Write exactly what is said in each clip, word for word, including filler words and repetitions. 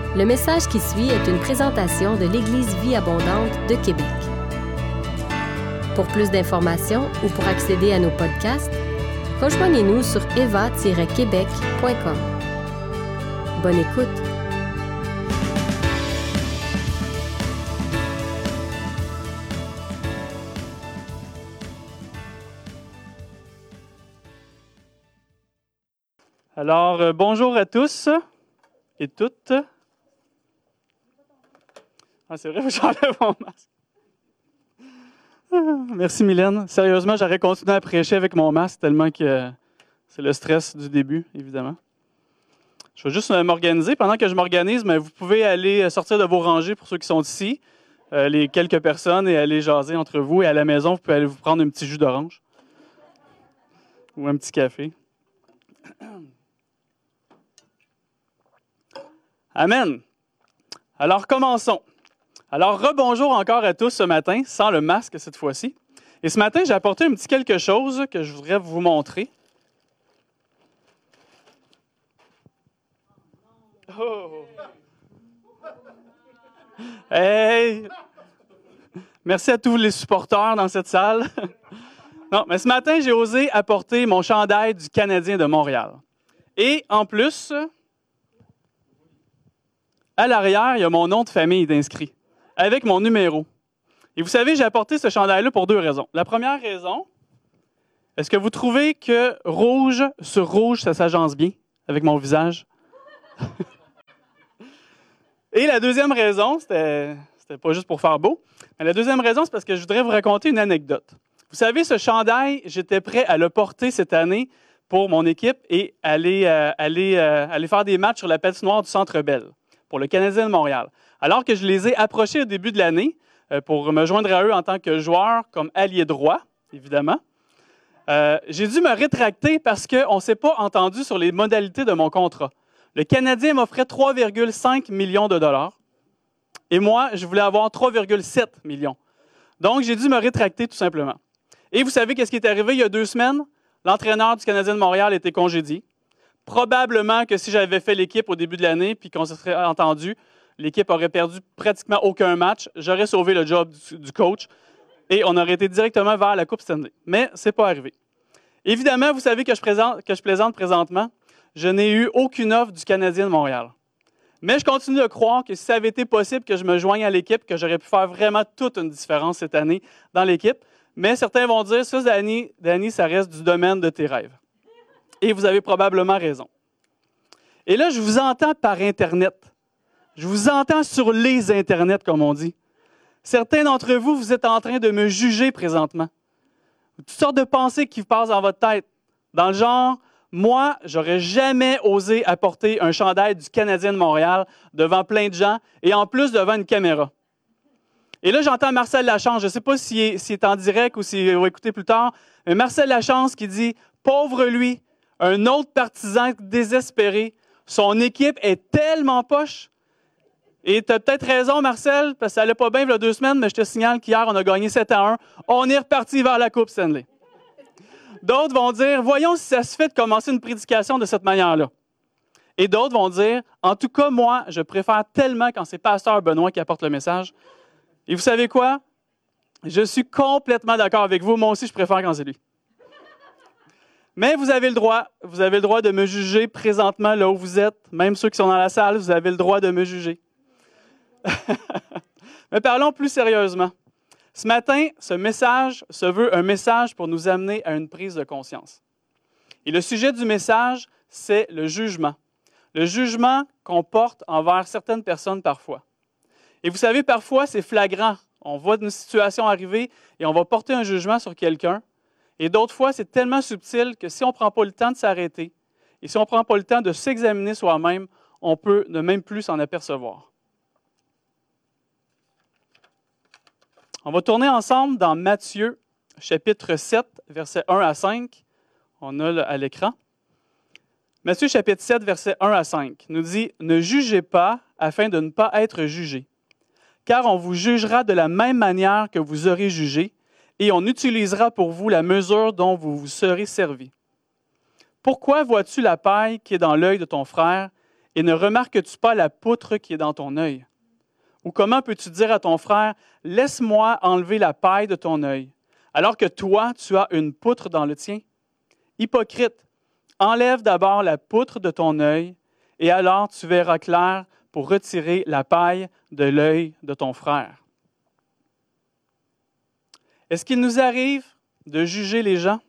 Le message qui suit est une présentation de l'Église Vie Abondante de Québec. Pour plus d'informations ou pour accéder à nos podcasts, rejoignez-nous sur eva tiret québec point com. Bonne écoute! Alors, euh, bonjour à tous et toutes. Ah, c'est vrai, j'enlève mon masque. Ah, merci Mylène. Sérieusement, j'aurais continué à prêcher avec mon masque tellement que euh, c'est le stress du début, évidemment. Je vais juste euh, m'organiser. Pendant que je m'organise, mais vous pouvez aller sortir de vos rangées pour ceux qui sont ici, euh, les quelques personnes, et aller jaser entre vous. Et à la maison, vous pouvez aller vous prendre un petit jus d'orange ou un petit café. Amen. Alors, commençons. Alors, rebonjour encore à tous ce matin, sans le masque cette fois-ci. Et ce matin, j'ai apporté un petit quelque chose que je voudrais vous montrer. Oh! Hey! Merci à tous les supporters dans cette salle. Non, mais ce matin, j'ai osé apporter mon chandail du Canadien de Montréal. Et en plus, à l'arrière, il y a mon nom de famille d'inscrit, avec mon numéro. Et vous savez, j'ai apporté ce chandail-là pour deux raisons. La première raison, est-ce que vous trouvez que rouge sur rouge, ça s'agence bien avec mon visage? Et la deuxième raison, c'était, c'était pas juste pour faire beau, mais la deuxième raison, c'est parce que je voudrais vous raconter une anecdote. Vous savez, ce chandail, j'étais prêt à le porter cette année pour mon équipe et aller, euh, aller, euh, aller faire des matchs sur la patinoire du Centre Bell pour le Canadien de Montréal. Alors que je les ai approchés au début de l'année euh, pour me joindre à eux en tant que joueur, comme allié droit, évidemment, euh, j'ai dû me rétracter parce qu'on ne s'est pas entendu sur les modalités de mon contrat. Le Canadien m'offrait trois virgule cinq millions de dollars et moi, je voulais avoir trois virgule sept millions. Donc, j'ai dû me rétracter tout simplement. Et vous savez qu'est-ce qui est arrivé il y a deux semaines? L'entraîneur du Canadien de Montréal était congédié. Probablement que si j'avais fait l'équipe au début de l'année puis qu'on se serait entendu, l'équipe aurait perdu pratiquement aucun match. J'aurais sauvé le job du, du coach et on aurait été directement vers la Coupe Stanley. Mais ce n'est pas arrivé. Évidemment, vous savez que je, présente, que je plaisante présentement. Je n'ai eu aucune offre du Canadien de Montréal. Mais je continue de croire que si ça avait été possible que je me joigne à l'équipe, que j'aurais pu faire vraiment toute une différence cette année dans l'équipe. Mais certains vont dire, ça, Danny, Danny, ça reste du domaine de tes rêves. Et vous avez probablement raison. Et là, je vous entends par Internet. Je vous entends sur les Internets, comme on dit. Certains d'entre vous, vous êtes en train de me juger présentement. Toutes sortes de pensées qui passent dans votre tête. Dans le genre, moi, j'aurais jamais osé apporter un chandail du Canadien de Montréal devant plein de gens et en plus devant une caméra. Et là, j'entends Marcel Lachance. Je ne sais pas s'il est, s'il est en direct ou s'il va écouter plus tard. Mais Marcel Lachance qui dit « Pauvre lui ». Un autre partisan désespéré. Son équipe est tellement poche. Et tu as peut-être raison, Marcel, parce que ça n'allait pas bien il y a deux semaines, mais je te signale qu'hier, on a gagné sept à un. On est reparti vers la Coupe Stanley. D'autres vont dire, voyons si ça se fait de commencer une prédication de cette manière-là. Et d'autres vont dire, en tout cas, moi, je préfère tellement quand c'est Pasteur Benoît qui apporte le message. Et vous savez quoi? Je suis complètement d'accord avec vous. Moi aussi, je préfère quand c'est lui. Mais vous avez le droit, vous avez le droit de me juger présentement là où vous êtes. Même ceux qui sont dans la salle, vous avez le droit de me juger. Mais parlons plus sérieusement. Ce matin, ce message se veut un message pour nous amener à une prise de conscience. Et le sujet du message, c'est le jugement. Le jugement qu'on porte envers certaines personnes parfois. Et vous savez, parfois, c'est flagrant. On voit une situation arriver et on va porter un jugement sur quelqu'un. Et d'autres fois, c'est tellement subtil que si on ne prend pas le temps de s'arrêter et si on ne prend pas le temps de s'examiner soi-même, on peut ne même plus s'en apercevoir. On va tourner ensemble dans Matthieu, chapitre sept, versets un à cinq. On a à l'écran. Matthieu, chapitre sept, versets un à cinq, nous dit « Ne jugez pas afin de ne pas être jugés, car on vous jugera de la même manière que vous aurez jugé, et on utilisera pour vous la mesure dont vous vous serez servi. Pourquoi vois-tu la paille qui est dans l'œil de ton frère Et ne remarques-tu pas la poutre qui est dans ton œil? Ou comment peux-tu dire à ton frère, « Laisse-moi enlever la paille de ton œil, alors que toi, tu as une poutre dans le tien? » Hypocrite, enlève d'abord la poutre de ton œil, et alors tu verras clair pour retirer la paille de l'œil de ton frère. Est-ce qu'il nous arrive de juger les gens?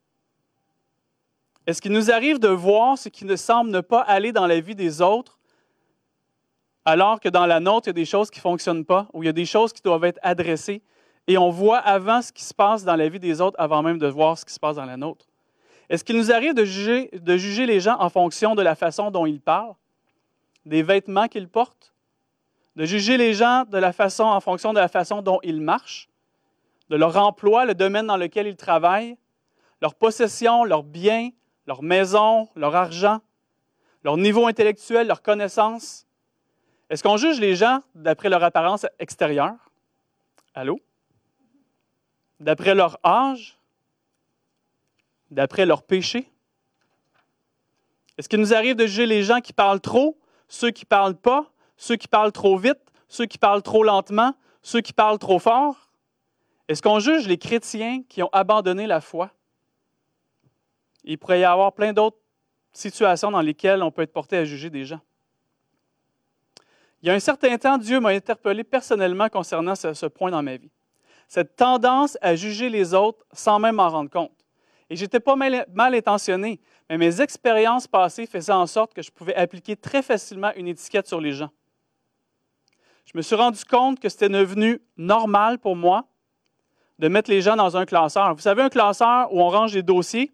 Est-ce qu'il nous arrive de voir ce qui ne semble ne pas aller dans la vie des autres, alors que dans la nôtre, il y a des choses qui ne fonctionnent pas, ou il y a des choses qui doivent être adressées, et on voit avant ce qui se passe dans la vie des autres avant même de voir ce qui se passe dans la nôtre? Est-ce qu'il nous arrive de juger, de juger les gens en fonction de la façon dont ils parlent, des vêtements qu'ils portent, de juger les gens de la façon, en fonction de la façon dont ils marchent, de leur emploi, le domaine dans lequel ils travaillent, leurs possessions, leurs biens, leur maison, leur argent, leur niveau intellectuel, leurs connaissances? Est-ce qu'on juge les gens d'après leur apparence extérieure? Allô? D'après leur âge? D'après leur péché? Est-ce qu'il nous arrive de juger les gens qui parlent trop, ceux qui ne parlent pas, ceux qui parlent trop vite, ceux qui parlent trop lentement, ceux qui parlent trop fort? Est-ce qu'on juge les chrétiens qui ont abandonné la foi? Il pourrait y avoir plein d'autres situations dans lesquelles on peut être porté à juger des gens. Il y a un certain temps, Dieu m'a interpellé personnellement concernant ce, ce point dans ma vie. Cette tendance à juger les autres sans même m'en rendre compte. Et je n'étais pas mal, mal intentionné, mais mes expériences passées faisaient en sorte que je pouvais appliquer très facilement une étiquette sur les gens. Je me suis rendu compte que c'était devenu normal pour moi de mettre les gens dans un classeur. Vous savez, un classeur où on range des dossiers,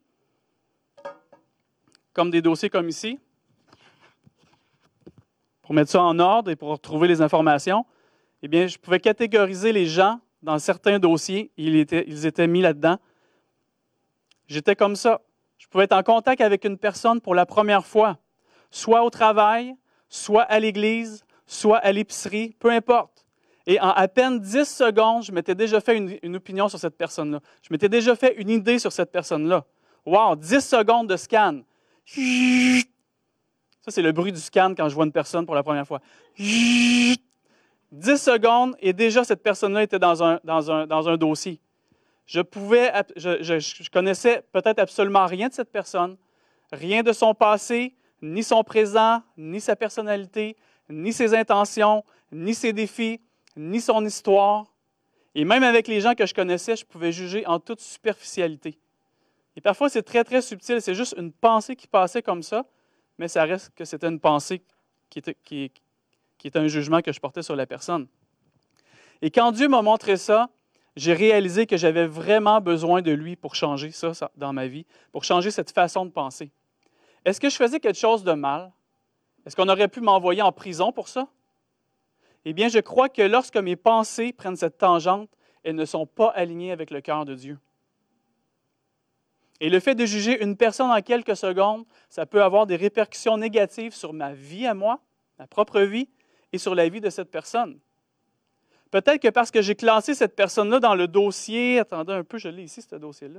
comme des dossiers comme ici, pour mettre ça en ordre et pour retrouver les informations, eh bien, je pouvais catégoriser les gens dans certains dossiers. Ils étaient, ils étaient mis là-dedans. J'étais comme ça. Je pouvais être en contact avec une personne pour la première fois, soit au travail, soit à l'église, soit à l'épicerie, peu importe. Et en à peine dix secondes, je m'étais déjà fait une, une opinion sur cette personne-là. Je m'étais déjà fait une idée sur cette personne-là. Wow, dix secondes de scan. Ça, c'est le bruit du scan quand je vois une personne pour la première fois. dix secondes et déjà cette personne-là était dans un, dans un, dans un dossier. Je pouvais, je, je, je connaissais peut-être absolument rien de cette personne, rien de son passé, ni son présent, ni sa personnalité, ni ses intentions, ni ses défis, ni son histoire. Et même avec les gens que je connaissais, je pouvais juger en toute superficialité. Et parfois, c'est très, très subtil. C'est juste une pensée qui passait comme ça, mais ça reste que c'était une pensée qui était, qui, qui était un jugement que je portais sur la personne. Et quand Dieu m'a montré ça, j'ai réalisé que j'avais vraiment besoin de lui pour changer ça, ça dans ma vie, pour changer cette façon de penser. Est-ce que je faisais quelque chose de mal? Est-ce qu'on aurait pu m'envoyer en prison pour ça? Eh bien, je crois que lorsque mes pensées prennent cette tangente, elles ne sont pas alignées avec le cœur de Dieu. Et le fait de juger une personne en quelques secondes, ça peut avoir des répercussions négatives sur ma vie à moi, ma propre vie, et sur la vie de cette personne. Peut-être que parce que j'ai classé cette personne-là dans le dossier, attendez un peu, je l'ai ici, ce dossier-là.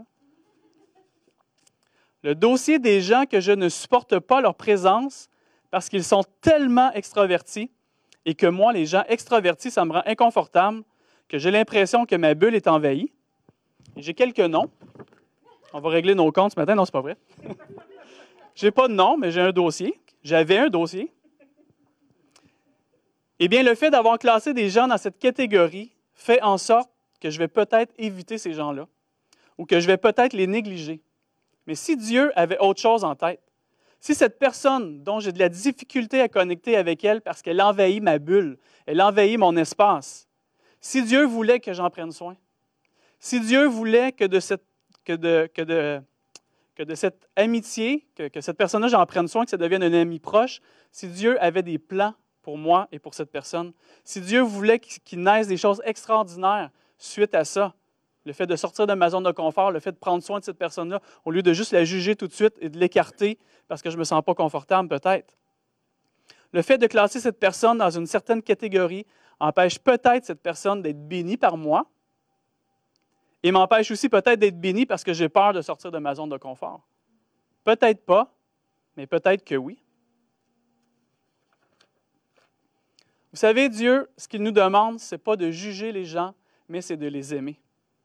Le dossier des gens que je ne supporte pas leur présence parce qu'ils sont tellement extravertis et que moi, les gens extravertis, ça me rend inconfortable, que j'ai l'impression que ma bulle est envahie. Et j'ai quelques noms. On va régler nos comptes ce matin. Non, c'est pas vrai. Je n'ai pas de nom, mais j'ai un dossier. J'avais un dossier. Eh bien, le fait d'avoir classé des gens dans cette catégorie fait en sorte que je vais peut-être éviter ces gens-là ou que je vais peut-être les négliger. Mais si Dieu avait autre chose en tête, si cette personne dont j'ai de la difficulté à connecter avec elle parce qu'elle envahit ma bulle, elle envahit mon espace, si Dieu voulait que j'en prenne soin, si Dieu voulait que de cette, que de, que de, que de cette amitié, que, que cette personne-là, j'en prenne soin, que ça devienne un ami proche, si Dieu avait des plans pour moi et pour cette personne, si Dieu voulait qu'il naisse des choses extraordinaires suite à ça, le fait de sortir de ma zone de confort, le fait de prendre soin de cette personne-là, au lieu de juste la juger tout de suite et de l'écarter parce que je ne me sens pas confortable peut-être. Le fait de classer cette personne dans une certaine catégorie empêche peut-être cette personne d'être bénie par moi et m'empêche aussi peut-être d'être bénie parce que j'ai peur de sortir de ma zone de confort. Peut-être pas, mais peut-être que oui. Vous savez, Dieu, ce qu'il nous demande, ce n'est pas de juger les gens, mais c'est de les aimer.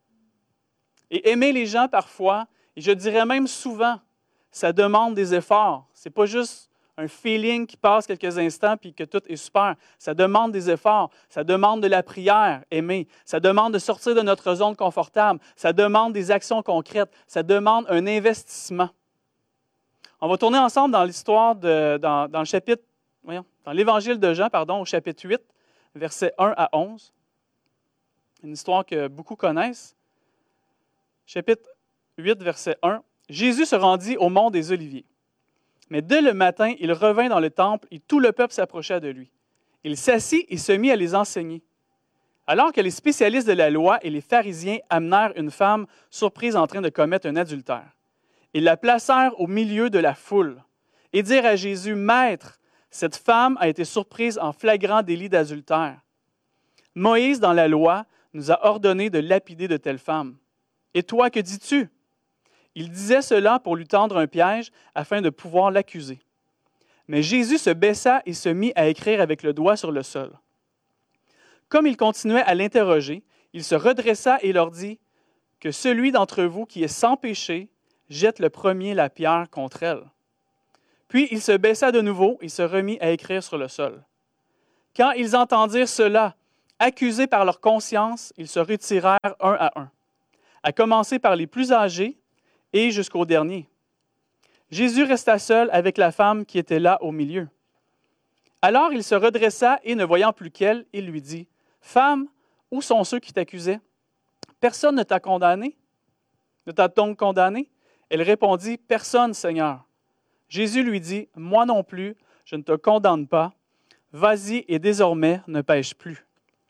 Et aimer les gens parfois, et je dirais même souvent, ça demande des efforts. Ce n'est pas juste un feeling qui passe quelques instants puis que tout est super. Ça demande des efforts. Ça demande de la prière, aimer. Ça demande de sortir de notre zone confortable. Ça demande des actions concrètes. Ça demande un investissement. On va tourner ensemble dans l'histoire, de, dans, dans le chapitre, voyons, dans l'Évangile de Jean, pardon, au chapitre huit, versets un à onze. Une histoire que beaucoup connaissent. Chapitre huit, verset un. Jésus se rendit au mont des Oliviers. Mais dès le matin, il revint dans le temple et tout le peuple s'approcha de lui. Il s'assit et se mit à les enseigner. Alors que les spécialistes de la loi et les pharisiens amenèrent une femme surprise en train de commettre un adultère, ils la placèrent au milieu de la foule et dirent à Jésus, « Maître, cette femme a été surprise en flagrant délit d'adultère. Moïse, dans la loi, nous a ordonné de lapider de telles femmes. Et toi, que dis-tu? » Il disait cela pour lui tendre un piège afin de pouvoir l'accuser. Mais Jésus se baissa et se mit à écrire avec le doigt sur le sol. Comme il continuait à l'interroger, il se redressa et leur dit que celui d'entre vous qui est sans péché jette le premier la pierre contre elle. Puis il se baissa de nouveau et se remit à écrire sur le sol. Quand ils entendirent cela, accusés par leur conscience, ils se retirèrent un à un, à commencer par les plus âgés et jusqu'au dernier. Jésus resta seul avec la femme qui était là au milieu. Alors il se redressa et, ne voyant plus qu'elle, il lui dit, « Femme, où sont ceux qui t'accusaient? Personne ne t'a condamné? Ne t'a donc condamné? » Elle répondit, « Personne, Seigneur. » Jésus lui dit, « Moi non plus, je ne te condamne pas. Vas-y et désormais ne pêche plus. »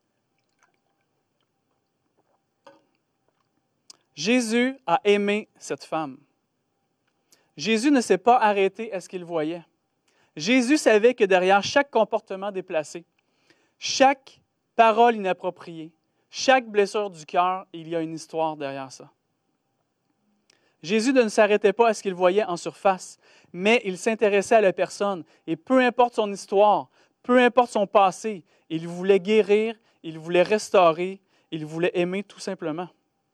Jésus a aimé cette femme. Jésus ne s'est pas arrêté à ce qu'il voyait. Jésus savait que derrière chaque comportement déplacé, chaque parole inappropriée, chaque blessure du cœur, il y a une histoire derrière ça. Jésus ne s'arrêtait pas à ce qu'il voyait en surface, mais il s'intéressait à la personne. Et peu importe son histoire, peu importe son passé, il voulait guérir, il voulait restaurer, il voulait aimer tout simplement.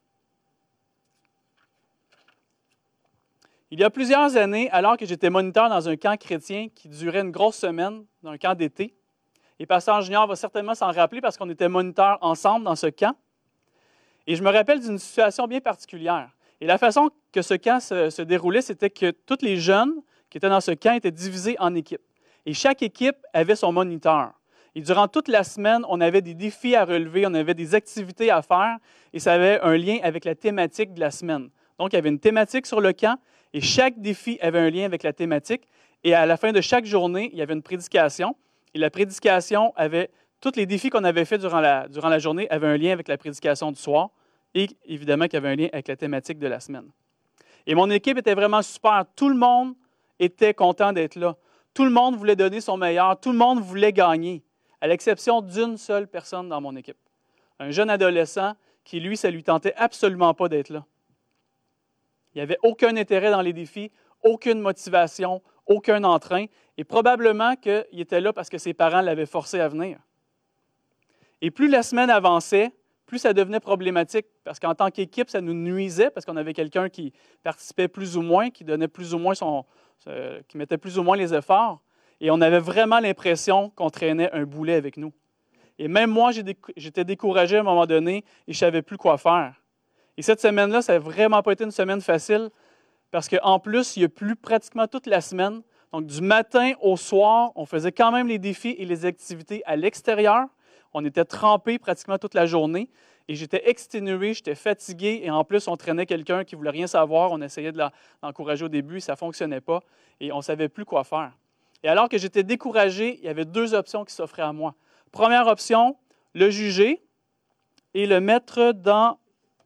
Il y a plusieurs années, alors que j'étais moniteur dans un camp chrétien qui durait une grosse semaine, dans un camp d'été, et Pasteur Junior va certainement s'en rappeler parce qu'on était moniteurs ensemble dans ce camp, et je me rappelle d'une situation bien particulière. Et la façon que ce camp se, se déroulait, c'était que tous les jeunes qui étaient dans ce camp étaient divisés en équipes. Et chaque équipe avait son moniteur. Et durant toute la semaine, on avait des défis à relever, on avait des activités à faire, et ça avait un lien avec la thématique de la semaine. Donc, il y avait une thématique sur le camp, et chaque défi avait un lien avec la thématique. Et à la fin de chaque journée, il y avait une prédication. Et la prédication avait, tous les défis qu'on avait faits durant la, durant la journée avaient un lien avec la prédication du soir. Et évidemment qu'il y avait un lien avec la thématique de la semaine. Et mon équipe était vraiment super. Tout le monde était content d'être là. Tout le monde voulait donner son meilleur. Tout le monde voulait gagner, à l'exception d'une seule personne dans mon équipe. Un jeune adolescent qui, lui, ça ne lui tentait absolument pas d'être là. Il n'y avait aucun intérêt dans les défis, aucune motivation, aucun entrain. Et probablement qu'il était là parce que ses parents l'avaient forcé à venir. Et plus la semaine avançait, plus ça devenait problématique, parce qu'en tant qu'équipe, ça nous nuisait, parce qu'on avait quelqu'un qui participait plus ou moins, qui donnait plus ou moins son, euh, qui mettait plus ou moins les efforts, et on avait vraiment l'impression qu'on traînait un boulet avec nous. Et même moi, j'étais découragé à un moment donné, et je ne savais plus quoi faire. Et cette semaine-là, ça n'a vraiment pas été une semaine facile, parce qu'en plus, il y a plu pratiquement toute la semaine. Donc, du matin au soir, on faisait quand même les défis et les activités à l'extérieur. On était trempés pratiquement toute la journée et j'étais exténué, j'étais fatigué et en plus, on traînait quelqu'un qui ne voulait rien savoir. On essayait de l'encourager au début, ça ne fonctionnait pas et on ne savait plus quoi faire. Et alors que j'étais découragé, il y avait deux options qui s'offraient à moi. Première option, le juger et le mettre dans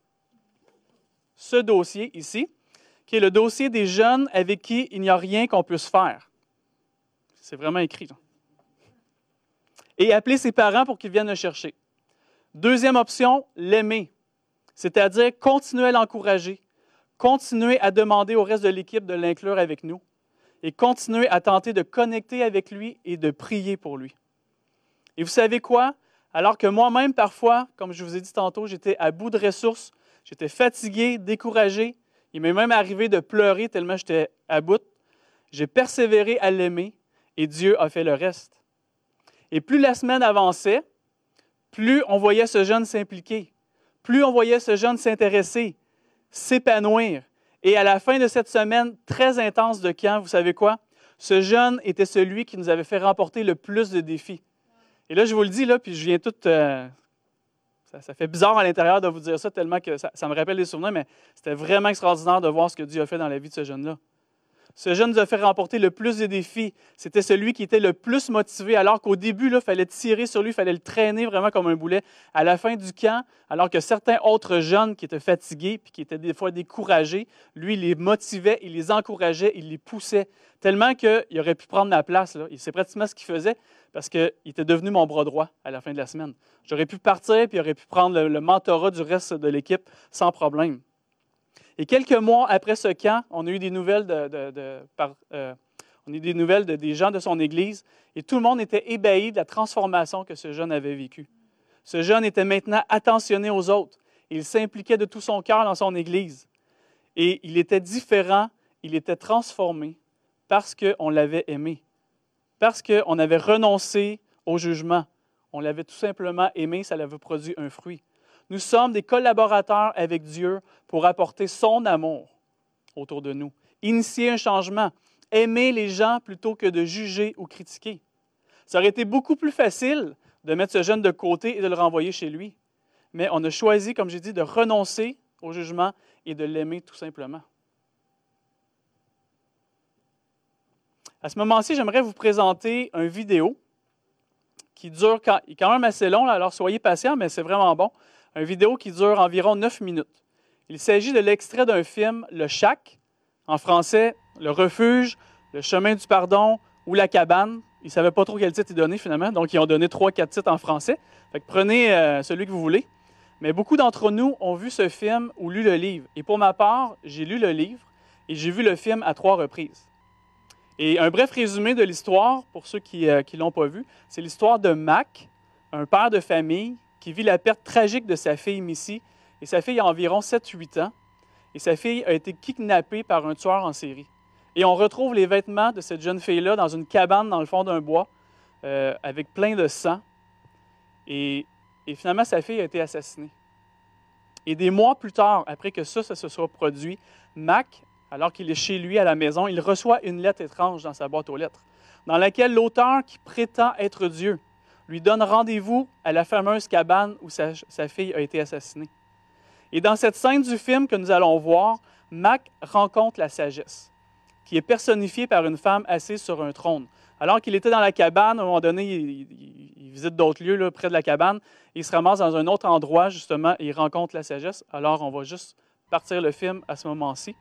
ce dossier ici, qui est le dossier des jeunes avec qui il n'y a rien qu'on puisse faire. C'est vraiment écrit, là. Et appeler ses parents pour qu'ils viennent le chercher. Deuxième option, l'aimer, c'est-à-dire continuer à l'encourager, continuer à demander au reste de l'équipe de l'inclure avec nous et continuer à tenter de connecter avec lui et de prier pour lui. Et vous savez quoi? Alors que moi-même, parfois, comme je vous ai dit tantôt, j'étais à bout de ressources, j'étais fatigué, découragé. Il m'est même arrivé de pleurer tellement j'étais à bout. J'ai persévéré à l'aimer et Dieu a fait le reste. Et plus la semaine avançait, plus on voyait ce jeune s'impliquer, plus on voyait ce jeune s'intéresser, s'épanouir. Et à la fin de cette semaine très intense de camp, vous savez quoi? Ce jeune était celui qui nous avait fait remporter le plus de défis. Et là, je vous le dis, là, puis je viens tout... Euh, ça, ça fait bizarre à l'intérieur de vous dire ça, tellement que ça, ça me rappelle des souvenirs, mais c'était vraiment extraordinaire de voir ce que Dieu a fait dans la vie de ce jeune-là. Ce jeune nous a fait remporter le plus de défis. C'était celui qui était le plus motivé, alors qu'au début, il fallait tirer sur lui, il fallait le traîner vraiment comme un boulet. À la fin du camp, alors que certains autres jeunes qui étaient fatigués puis qui étaient des fois découragés, lui, il les motivait, il les encourageait, il les poussait, tellement qu'il aurait pu prendre ma place. Là. C'est pratiquement ce qu'il faisait parce qu'il était devenu mon bras droit à la fin de la semaine. J'aurais pu partir puis il aurait pu prendre le, le mentorat du reste de l'équipe sans problème. Et quelques mois après ce camp, on a eu des nouvelles, de, de, de, par, euh, on a eu des, nouvelles de, des gens de son Église et tout le monde était ébahi de la transformation que ce jeune avait vécue. Ce jeune était maintenant attentionné aux autres. Il s'impliquait de tout son cœur dans son Église. Et il était différent, il était transformé parce qu'on l'avait aimé, parce qu'on avait renoncé au jugement. On l'avait tout simplement aimé, ça l'avait produit un fruit. Nous sommes des collaborateurs avec Dieu pour apporter son amour autour de nous, initier un changement, aimer les gens plutôt que de juger ou critiquer. Ça aurait été beaucoup plus facile de mettre ce jeune de côté et de le renvoyer chez lui. Mais on a choisi, comme j'ai dit, de renoncer au jugement et de l'aimer tout simplement. À ce moment-ci, j'aimerais vous présenter une vidéo qui dure, quand, il est quand même assez long, là, alors soyez patients, mais c'est vraiment bon. Une vidéo qui dure environ neuf minutes. Il s'agit de l'extrait d'un film, Le Shack, en français, Le Refuge, Le Chemin du Pardon ou La Cabane. Ils ne savaient pas trop quel titre ils donnaient finalement, donc ils ont donné trois, quatre titres en français. Fait que prenez euh, celui que vous voulez. Mais beaucoup d'entre nous ont vu ce film ou lu le livre. Et pour ma part, j'ai lu le livre et j'ai vu le film à trois reprises. Et un bref résumé de l'histoire, pour ceux qui ne euh, l'ont pas vu, c'est l'histoire de Mac, un père de famille qui vit la perte tragique de sa fille Missy. Et sa fille a environ sept huit ans. Et sa fille a été kidnappée par un tueur en série. Et on retrouve les vêtements de cette jeune fille-là dans une cabane dans le fond d'un bois, euh, avec plein de sang. Et, et finalement, sa fille a été assassinée. Et des mois plus tard, après que ça, ça se soit produit, Mac, alors qu'il est chez lui à la maison, il reçoit une lettre étrange dans sa boîte aux lettres, dans laquelle l'auteur qui prétend être Dieu lui donne rendez-vous à la fameuse cabane où sa, sa fille a été assassinée. Et dans cette scène du film que nous allons voir, Mac rencontre la sagesse, qui est personnifiée par une femme assise sur un trône. Alors qu'il était dans la cabane, à un moment donné, il, il, il visite d'autres lieux là, près de la cabane, et il se ramasse dans un autre endroit, justement, et il rencontre la sagesse. Alors, on va juste partir le film à ce moment-ci.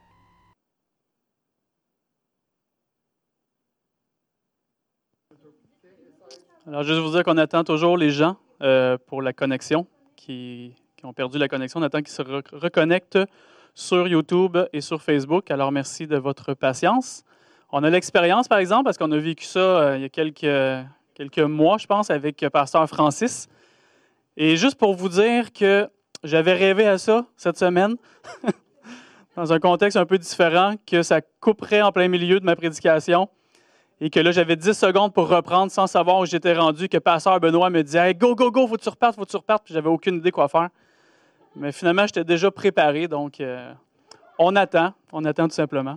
Alors, juste vous dire qu'on attend toujours les gens euh, pour la connexion, qui, qui ont perdu la connexion. On attend qu'ils se re- reconnectent sur YouTube et sur Facebook. Alors, merci de votre patience. On a l'expérience, par exemple, parce qu'on a vécu ça euh, il y a quelques, quelques mois, je pense, avec Pasteur Francis. Et juste pour vous dire que j'avais rêvé à ça cette semaine, dans un contexte un peu différent, que ça couperait en plein milieu de ma prédication. Et que là, j'avais dix secondes pour reprendre sans savoir où j'étais rendu, que Pasteur Benoît me disait hey, « Go, go, go, faut que tu repartes, faut que tu repartes », puis j'avais aucune idée quoi faire. Mais finalement, j'étais déjà préparé, donc euh, on attend, on attend tout simplement.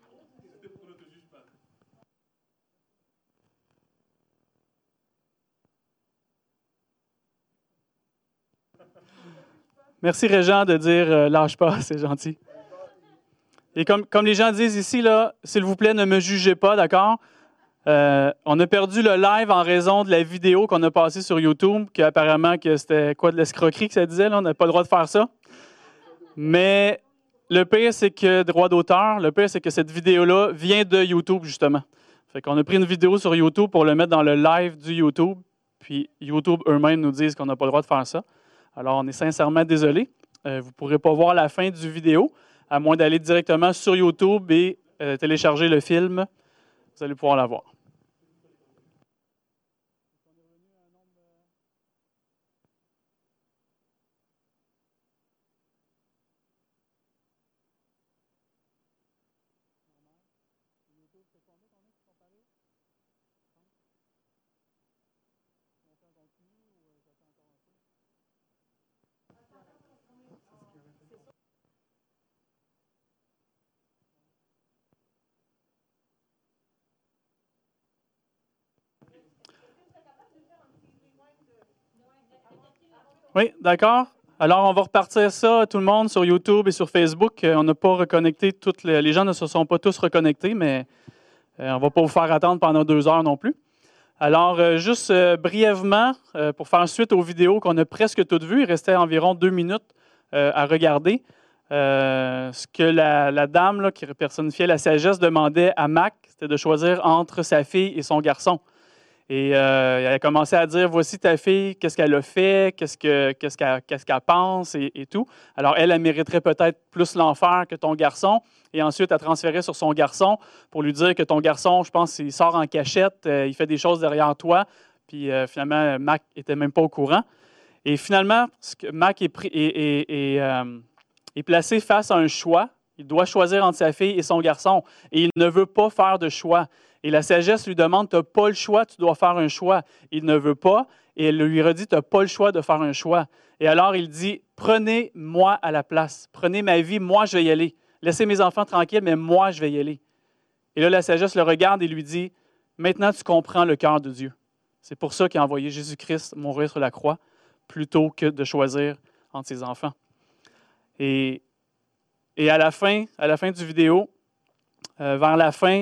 Merci Régent de dire euh, « Lâche pas », c'est gentil. Et comme, comme les gens disent ici, là, s'il vous plaît, ne me jugez pas, d'accord? Euh, on a perdu le live en raison de la vidéo qu'on a passée sur YouTube, qu'apparemment que c'était quoi de l'escroquerie que ça disait, là, on n'a pas le droit de faire ça. Mais le pire, c'est que, droit d'auteur, le pire, c'est que cette vidéo-là vient de YouTube, justement. Fait qu'on a pris une vidéo sur YouTube pour le mettre dans le live du YouTube, puis YouTube eux-mêmes nous disent qu'on n'a pas le droit de faire ça. Alors, on est sincèrement désolé. Euh, vous ne pourrez pas voir la fin du vidéo, à moins d'aller directement sur YouTube et euh, télécharger le film. Vous allez pouvoir la voir. Oui, d'accord. Alors, on va repartir ça, tout le monde, sur YouTube et sur Facebook. Euh, On n'a pas reconnecté toutes les... Les gens ne se sont pas tous reconnectés, mais euh, on ne va pas vous faire attendre pendant deux heures non plus. Alors, euh, juste euh, brièvement, euh, pour faire suite aux vidéos qu'on a presque toutes vues, il restait environ deux minutes euh, à regarder. Euh, ce que la, la dame là, qui personnifiait la sagesse demandait à Mac, c'était de choisir entre sa fille et son garçon. Et euh, elle a commencé à dire, voici ta fille, qu'est-ce qu'elle a fait, qu'est-ce que, qu'est-ce qu'elle, qu'est-ce qu'elle pense et, et tout. Alors, elle, elle mériterait peut-être plus l'enfer que ton garçon. Et ensuite, elle transférait sur son garçon pour lui dire que ton garçon, je pense, il sort en cachette, euh, il fait des choses derrière toi. Puis euh, finalement, Mac n'était même pas au courant. Et finalement, Mac est, pris, est, est, est, euh, est placé face à un choix. Il doit choisir entre sa fille et son garçon. Et il ne veut pas faire de choix. Et la sagesse lui demande, tu n'as pas le choix, tu dois faire un choix. Il ne veut pas, et elle lui redit, tu n'as pas le choix de faire un choix. Et alors il dit, prenez-moi à la place, prenez ma vie, moi je vais y aller. Laissez mes enfants tranquilles, mais moi je vais y aller. Et là, la sagesse le regarde et lui dit, maintenant tu comprends le cœur de Dieu. C'est pour ça qu'il a envoyé Jésus-Christ mourir sur la croix, plutôt que de choisir entre ses enfants. Et, et à la fin, à la fin du vidéo, euh, vers la fin,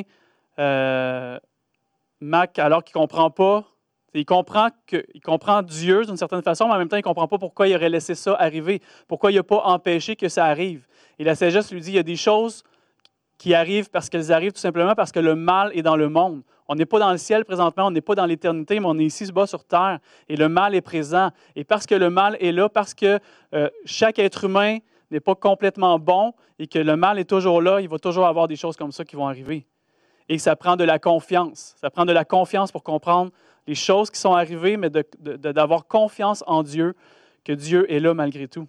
Euh, Mac, alors qu'il ne comprend pas, il comprend, que, il comprend Dieu d'une certaine façon, mais en même temps, il ne comprend pas pourquoi il aurait laissé ça arriver, pourquoi il n'a pas empêché que ça arrive. Et la sagesse lui dit, il y a des choses qui arrivent parce qu'elles arrivent tout simplement parce que le mal est dans le monde. On n'est pas dans le ciel présentement, on n'est pas dans l'éternité, mais on est ici, bas sur terre, et le mal est présent. Et parce que le mal est là, parce que euh, chaque être humain n'est pas complètement bon, et que le mal est toujours là, il va toujours avoir des choses comme ça qui vont arriver. Et ça prend de la confiance. Ça prend de la confiance pour comprendre les choses qui sont arrivées, mais de, de, d'avoir confiance en Dieu, que Dieu est là malgré tout.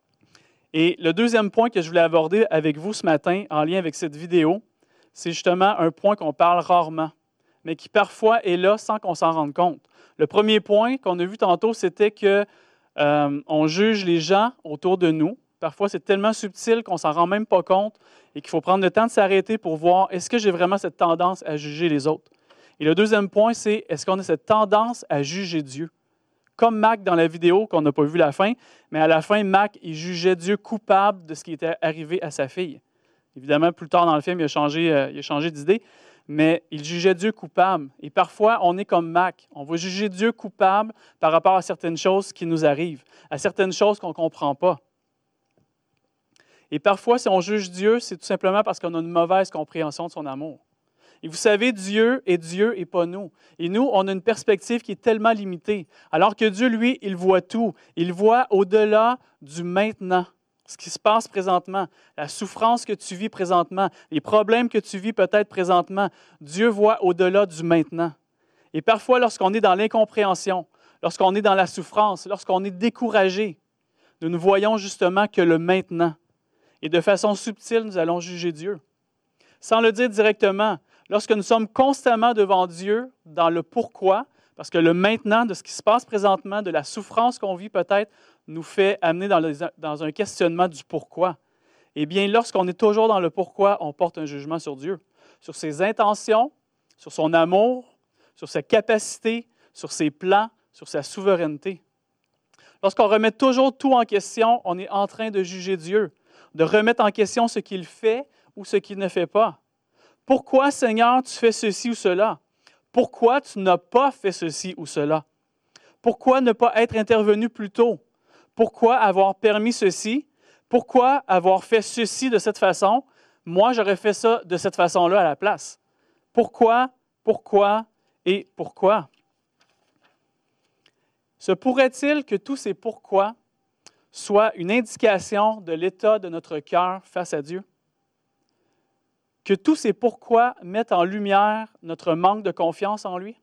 Et le deuxième point que je voulais aborder avec vous ce matin, en lien avec cette vidéo, c'est justement un point qu'on parle rarement, mais qui parfois est là sans qu'on s'en rende compte. Le premier point qu'on a vu tantôt, c'était qu'on euh, juge les gens autour de nous. Parfois, c'est tellement subtil qu'on ne s'en rend même pas compte et qu'il faut prendre le temps de s'arrêter pour voir est-ce que j'ai vraiment cette tendance à juger les autres. Et le deuxième point, c'est est-ce qu'on a cette tendance à juger Dieu? Comme Mac dans la vidéo qu'on n'a pas vu la fin, mais à la fin, Mac, il jugeait Dieu coupable de ce qui était arrivé à sa fille. Évidemment, plus tard dans le film, il a changé, euh, il a changé d'idée, mais il jugeait Dieu coupable. Et parfois, on est comme Mac. On va juger Dieu coupable par rapport à certaines choses qui nous arrivent, à certaines choses qu'on ne comprend pas. Et parfois, si on juge Dieu, c'est tout simplement parce qu'on a une mauvaise compréhension de son amour. Et vous savez, Dieu est Dieu et pas nous. Et nous, on a une perspective qui est tellement limitée. Alors que Dieu, lui, il voit tout. Il voit au-delà du maintenant, ce qui se passe présentement, la souffrance que tu vis présentement, les problèmes que tu vis peut-être présentement. Dieu voit au-delà du maintenant. Et parfois, lorsqu'on est dans l'incompréhension, lorsqu'on est dans la souffrance, lorsqu'on est découragé, nous ne voyons justement que le maintenant. Et de façon subtile, nous allons juger Dieu. Sans le dire directement, lorsque nous sommes constamment devant Dieu dans le pourquoi, parce que le maintenant de ce qui se passe présentement, de la souffrance qu'on vit peut-être, nous fait amener dans, le, dans un questionnement du pourquoi. Eh bien, lorsqu'on est toujours dans le pourquoi, on porte un jugement sur Dieu, sur ses intentions, sur son amour, sur sa capacité, sur ses plans, sur sa souveraineté. Lorsqu'on remet toujours tout en question, on est en train de juger Dieu, de remettre en question ce qu'il fait ou ce qu'il ne fait pas. Pourquoi, Seigneur, tu fais ceci ou cela? Pourquoi tu n'as pas fait ceci ou cela? Pourquoi ne pas être intervenu plus tôt? Pourquoi avoir permis ceci? Pourquoi avoir fait ceci de cette façon? Moi, j'aurais fait ça de cette façon-là à la place. Pourquoi, pourquoi et pourquoi? Se pourrait-il que tous ces pourquoi soit une indication de l'état de notre cœur face à Dieu? Que tous ces pourquoi mettent en lumière notre manque de confiance en lui?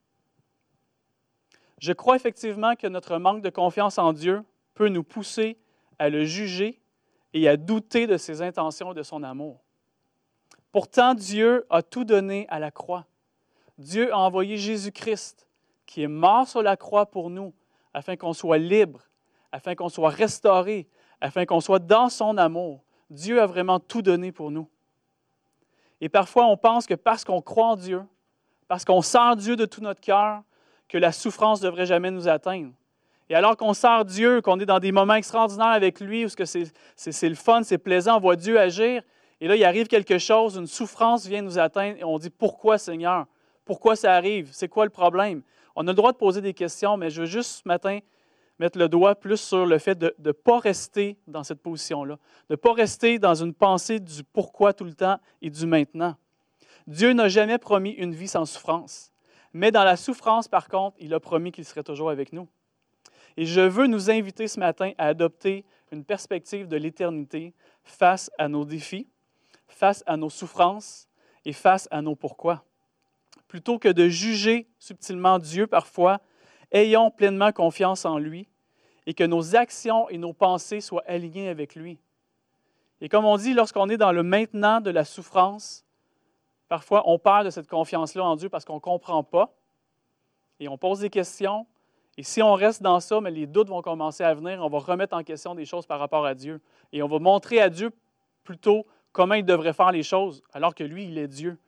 Je crois effectivement que notre manque de confiance en Dieu peut nous pousser à le juger et à douter de ses intentions et de son amour. Pourtant, Dieu a tout donné à la croix. Dieu a envoyé Jésus-Christ, qui est mort sur la croix pour nous, afin qu'on soit libre, afin qu'on soit restauré, afin qu'on soit dans son amour. Dieu a vraiment tout donné pour nous. Et parfois, on pense que parce qu'on croit en Dieu, parce qu'on sert Dieu de tout notre cœur, que la souffrance ne devrait jamais nous atteindre. Et alors qu'on sert Dieu, qu'on est dans des moments extraordinaires avec lui, où c'est, c'est, c'est le fun, c'est plaisant, on voit Dieu agir, et là, il arrive quelque chose, une souffrance vient nous atteindre, et on dit « Pourquoi, Seigneur? Pourquoi ça arrive? C'est quoi le problème? » On a le droit de poser des questions, mais je veux juste ce matin mettre le doigt plus sur le fait de ne pas rester dans cette position-là, de ne pas rester dans une pensée du pourquoi tout le temps et du maintenant. Dieu n'a jamais promis une vie sans souffrance, mais dans la souffrance, par contre, il a promis qu'il serait toujours avec nous. Et je veux nous inviter ce matin à adopter une perspective de l'éternité face à nos défis, face à nos souffrances et face à nos pourquoi. Plutôt que de juger subtilement Dieu parfois, ayons pleinement confiance en lui et que nos actions et nos pensées soient alignées avec lui. Et comme on dit, lorsqu'on est dans le maintenant de la souffrance, parfois on perd de cette confiance-là en Dieu parce qu'on ne comprend pas et on pose des questions. Et si on reste dans ça, mais les doutes vont commencer à venir, on va remettre en question des choses par rapport à Dieu. Et on va montrer à Dieu plutôt comment il devrait faire les choses, alors que lui, il est Dieu.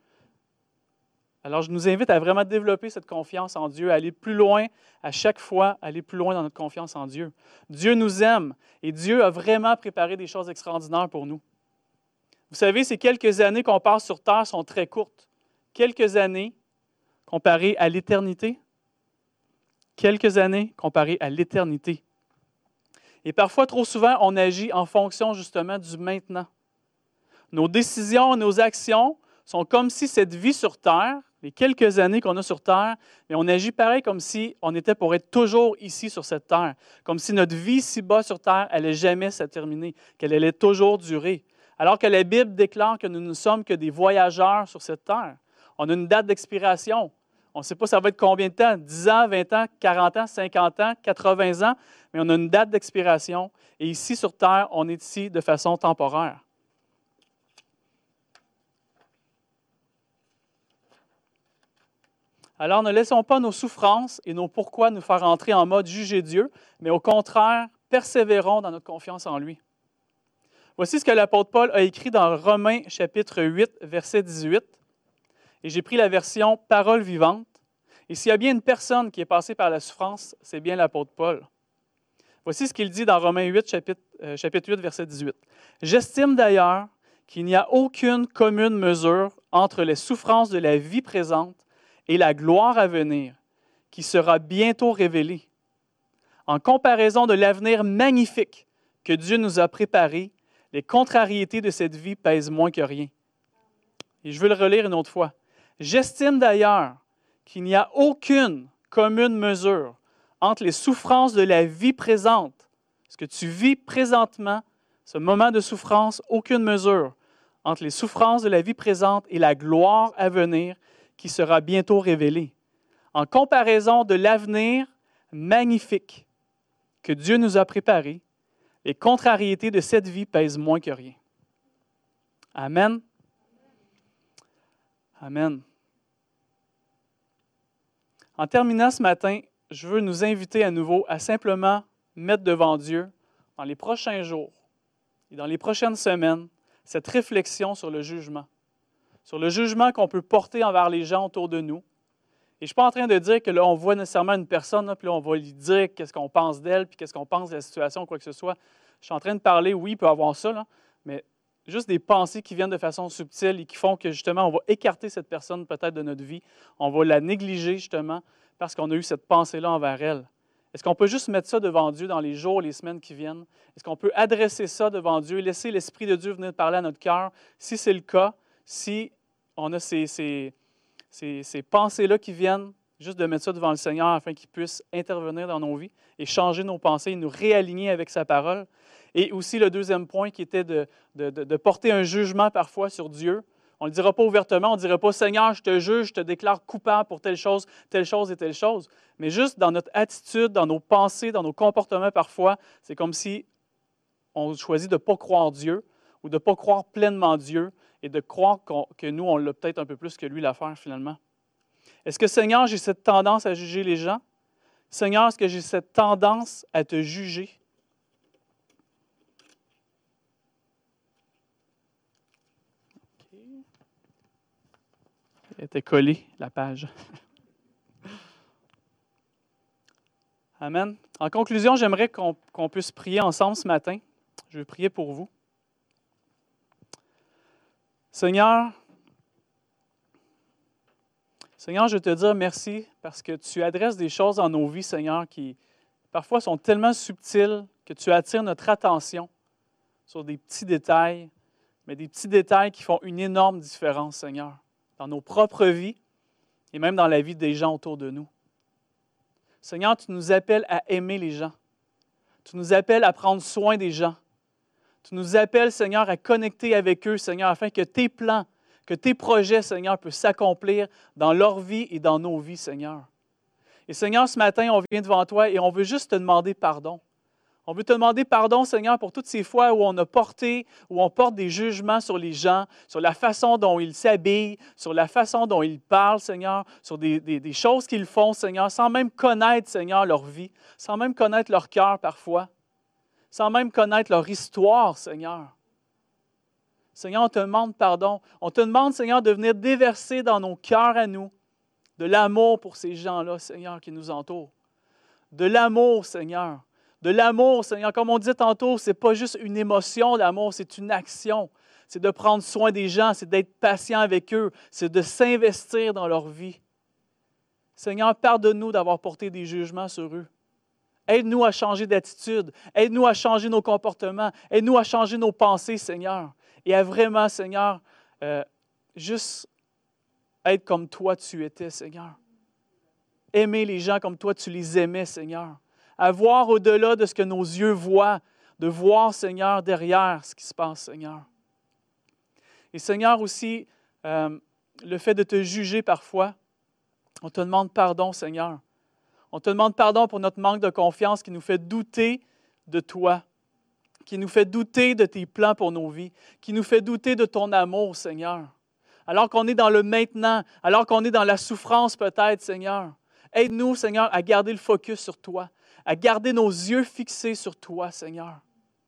Alors, je nous invite à vraiment développer cette confiance en Dieu, à aller plus loin, à chaque fois, aller plus loin dans notre confiance en Dieu. Dieu nous aime et Dieu a vraiment préparé des choses extraordinaires pour nous. Vous savez, ces quelques années qu'on passe sur Terre sont très courtes. Quelques années comparées à l'éternité. Quelques années comparées à l'éternité. Et parfois, trop souvent, on agit en fonction justement du maintenant. Nos décisions, nos actions sont comme si cette vie sur Terre, les quelques années qu'on a sur Terre, mais on agit pareil comme si on était pour être toujours ici sur cette Terre. Comme si notre vie ici-bas sur Terre n'allait jamais se terminer, qu'elle allait toujours durer. Alors que la Bible déclare que nous ne sommes que des voyageurs sur cette Terre. On a une date d'expiration. On ne sait pas ça va être combien de temps, dix ans, vingt ans, quarante ans, cinquante ans, quatre-vingts ans, mais on a une date d'expiration. Et ici, sur Terre, on est ici de façon temporaire. Alors, ne laissons pas nos souffrances et nos pourquoi nous faire entrer en mode juger Dieu, mais au contraire, persévérons dans notre confiance en lui. Voici ce que l'apôtre Paul a écrit dans Romains chapitre huit, verset dix-huit. Et j'ai pris la version « Parole vivante ». Et s'il y a bien une personne qui est passée par la souffrance, c'est bien l'apôtre Paul. Voici ce qu'il dit dans Romains huit, chapitre, euh, chapitre huit, verset dix-huit. « J'estime d'ailleurs qu'il n'y a aucune commune mesure entre les souffrances de la vie présente et la gloire à venir, qui sera bientôt révélée. En comparaison de l'avenir magnifique que Dieu nous a préparé, les contrariétés de cette vie pèsent moins que rien. » Et je veux le relire une autre fois. « J'estime d'ailleurs qu'il n'y a aucune commune mesure entre les souffrances de la vie présente, ce que tu vis présentement, ce moment de souffrance, aucune mesure entre les souffrances de la vie présente et la gloire à venir qui sera bientôt révélée. En comparaison de l'avenir magnifique que Dieu nous a préparé, les contrariétés de cette vie pèsent moins que rien. » Amen. Amen. En terminant ce matin, je veux nous inviter à nouveau à simplement mettre devant Dieu, dans les prochains jours et dans les prochaines semaines, cette réflexion sur le jugement. Sur le jugement qu'on peut porter envers les gens autour de nous. Et je ne suis pas en train de dire que là, on voit nécessairement une personne, là, puis là, on va lui dire qu'est-ce qu'on pense d'elle, puis qu'est-ce qu'on pense de la situation, quoi que ce soit. Je suis en train de parler, oui, il peut y avoir ça, là, mais juste des pensées qui viennent de façon subtile et qui font que, justement, on va écarter cette personne peut-être de notre vie. On va la négliger, justement, parce qu'on a eu cette pensée-là envers elle. Est-ce qu'on peut juste mettre ça devant Dieu dans les jours, les semaines qui viennent? Est-ce qu'on peut adresser ça devant Dieu, laisser l'Esprit de Dieu venir parler à notre cœur? Si c'est le cas, si on a ces, ces, ces, ces pensées-là qui viennent, juste de mettre ça devant le Seigneur afin qu'il puisse intervenir dans nos vies et changer nos pensées, nous réaligner avec sa parole. Et aussi le deuxième point qui était de, de, de, de porter un jugement parfois sur Dieu. On ne le dira pas ouvertement, on ne dira pas « Seigneur, je te juge, je te déclare coupable pour telle chose, telle chose et telle chose ». Mais juste dans notre attitude, dans nos pensées, dans nos comportements parfois, c'est comme si on choisit de ne pas croire Dieu ou de ne pas croire pleinement Dieu et de croire qu'on, que nous, on l'a peut-être un peu plus que lui l'affaire finalement. Est-ce que Seigneur, j'ai cette tendance à juger les gens? Seigneur, est-ce que j'ai cette tendance à te juger? Elle était collée, la page. Amen. En conclusion, j'aimerais qu'on, qu'on puisse prier ensemble ce matin. Je veux prier pour vous. Seigneur, Seigneur, je veux te dire merci parce que tu adresses des choses dans nos vies, Seigneur, qui parfois sont tellement subtiles que tu attires notre attention sur des petits détails, mais des petits détails qui font une énorme différence, Seigneur, dans nos propres vies et même dans la vie des gens autour de nous. Seigneur, tu nous appelles à aimer les gens. Tu nous appelles à prendre soin des gens. Tu nous appelles, Seigneur, à connecter avec eux, Seigneur, afin que tes plans, que tes projets, Seigneur, puissent s'accomplir dans leur vie et dans nos vies, Seigneur. Et Seigneur, ce matin, on vient devant toi et on veut juste te demander pardon. On veut te demander pardon, Seigneur, pour toutes ces fois où on a porté, où on porte des jugements sur les gens, sur la façon dont ils s'habillent, sur la façon dont ils parlent, Seigneur, sur des, des, des choses qu'ils font, Seigneur, sans même connaître, Seigneur, leur vie, sans même connaître leur cœur parfois, sans même connaître leur histoire, Seigneur. Seigneur, on te demande pardon. On te demande, Seigneur, de venir déverser dans nos cœurs à nous de l'amour pour ces gens-là, Seigneur, qui nous entourent. De l'amour, Seigneur. De l'amour, Seigneur. Comme on disait tantôt, ce n'est pas juste une émotion, l'amour, c'est une action. C'est de prendre soin des gens, c'est d'être patient avec eux, c'est de s'investir dans leur vie. Seigneur, pardonne-nous d'avoir porté des jugements sur eux. Aide-nous à changer d'attitude. Aide-nous à changer nos comportements. Aide-nous à changer nos pensées, Seigneur. Et à vraiment, Seigneur, euh, juste être comme toi tu étais, Seigneur. Aimer les gens comme toi tu les aimais, Seigneur. À voir au-delà de ce que nos yeux voient, de voir, Seigneur, derrière ce qui se passe, Seigneur. Et Seigneur aussi, euh, le fait de te juger parfois, on te demande pardon, Seigneur. On te demande pardon pour notre manque de confiance qui nous fait douter de toi, qui nous fait douter de tes plans pour nos vies, qui nous fait douter de ton amour, Seigneur. Alors qu'on est dans le maintenant, alors qu'on est dans la souffrance peut-être, Seigneur. Aide-nous, Seigneur, à garder le focus sur toi, à garder nos yeux fixés sur toi, Seigneur.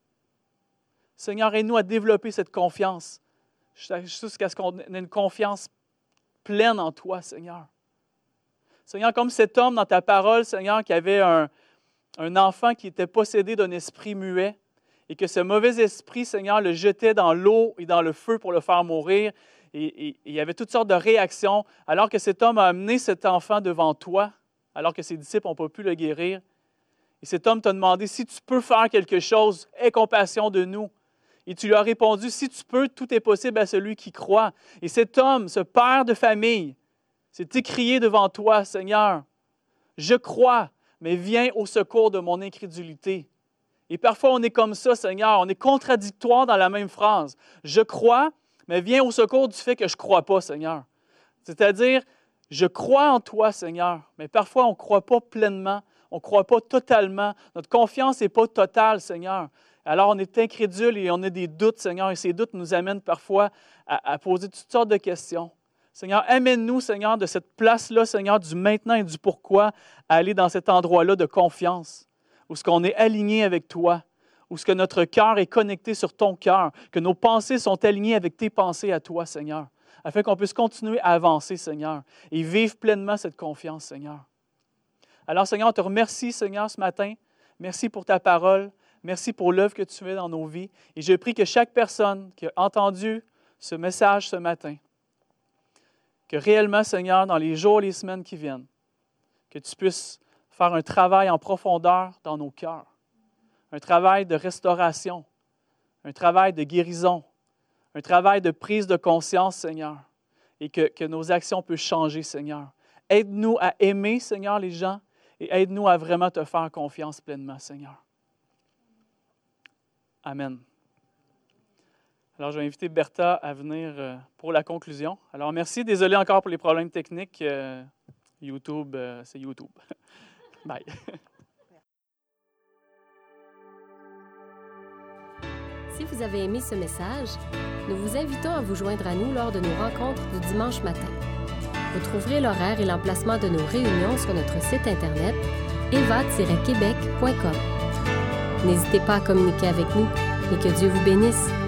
Seigneur, aide-nous à développer cette confiance, jusqu'à ce qu'on ait une confiance pleine en toi, Seigneur. Seigneur, comme cet homme dans ta parole, Seigneur, qui avait un, un enfant qui était possédé d'un esprit muet et que ce mauvais esprit, Seigneur, le jetait dans l'eau et dans le feu pour le faire mourir. Et, et, et il y avait toutes sortes de réactions. Alors que cet homme a amené cet enfant devant toi, alors que ses disciples n'ont pas pu le guérir, et cet homme t'a demandé, si tu peux faire quelque chose, aie compassion de nous. Et tu lui as répondu, si tu peux, tout est possible à celui qui croit. Et cet homme, ce père de famille, s'est écrié devant toi, Seigneur, je crois, mais viens au secours de mon incrédulité. Et parfois, on est comme ça, Seigneur, on est contradictoire dans la même phrase. Je crois, mais viens au secours du fait que je ne crois pas, Seigneur. C'est-à-dire, je crois en toi, Seigneur, mais parfois, on ne croit pas pleinement, on ne croit pas totalement. Notre confiance n'est pas totale, Seigneur. Alors, on est incrédule et on a des doutes, Seigneur, et ces doutes nous amènent parfois à, à poser toutes sortes de questions. Seigneur, amène-nous, Seigneur, de cette place-là, Seigneur, du maintenant et du pourquoi, à aller dans cet endroit-là de confiance, où ce qu'on est aligné avec toi, où ce que notre cœur est connecté sur ton cœur, que nos pensées sont alignées avec tes pensées à toi, Seigneur, afin qu'on puisse continuer à avancer, Seigneur, et vivre pleinement cette confiance, Seigneur. Alors, Seigneur, on te remercie, Seigneur, ce matin. Merci pour ta parole. Merci pour l'œuvre que tu fais dans nos vies. Et je prie que chaque personne qui a entendu ce message ce matin, que réellement, Seigneur, dans les jours et les semaines qui viennent, que tu puisses faire un travail en profondeur dans nos cœurs, un travail de restauration, un travail de guérison, un travail de prise de conscience, Seigneur, et que, que nos actions puissent changer, Seigneur. Aide-nous à aimer, Seigneur, les gens, et aide-nous à vraiment te faire confiance pleinement, Seigneur. Amen. Alors, je vais inviter Bertha à venir pour la conclusion. Alors, merci. Désolé encore pour les problèmes techniques. Euh, YouTube, euh, c'est YouTube. Bye. Si vous avez aimé ce message, nous vous invitons à vous joindre à nous lors de nos rencontres du dimanche matin. Vous trouverez l'horaire et l'emplacement de nos réunions sur notre site Internet eva tiret québec point com. N'hésitez pas à communiquer avec nous et que Dieu vous bénisse.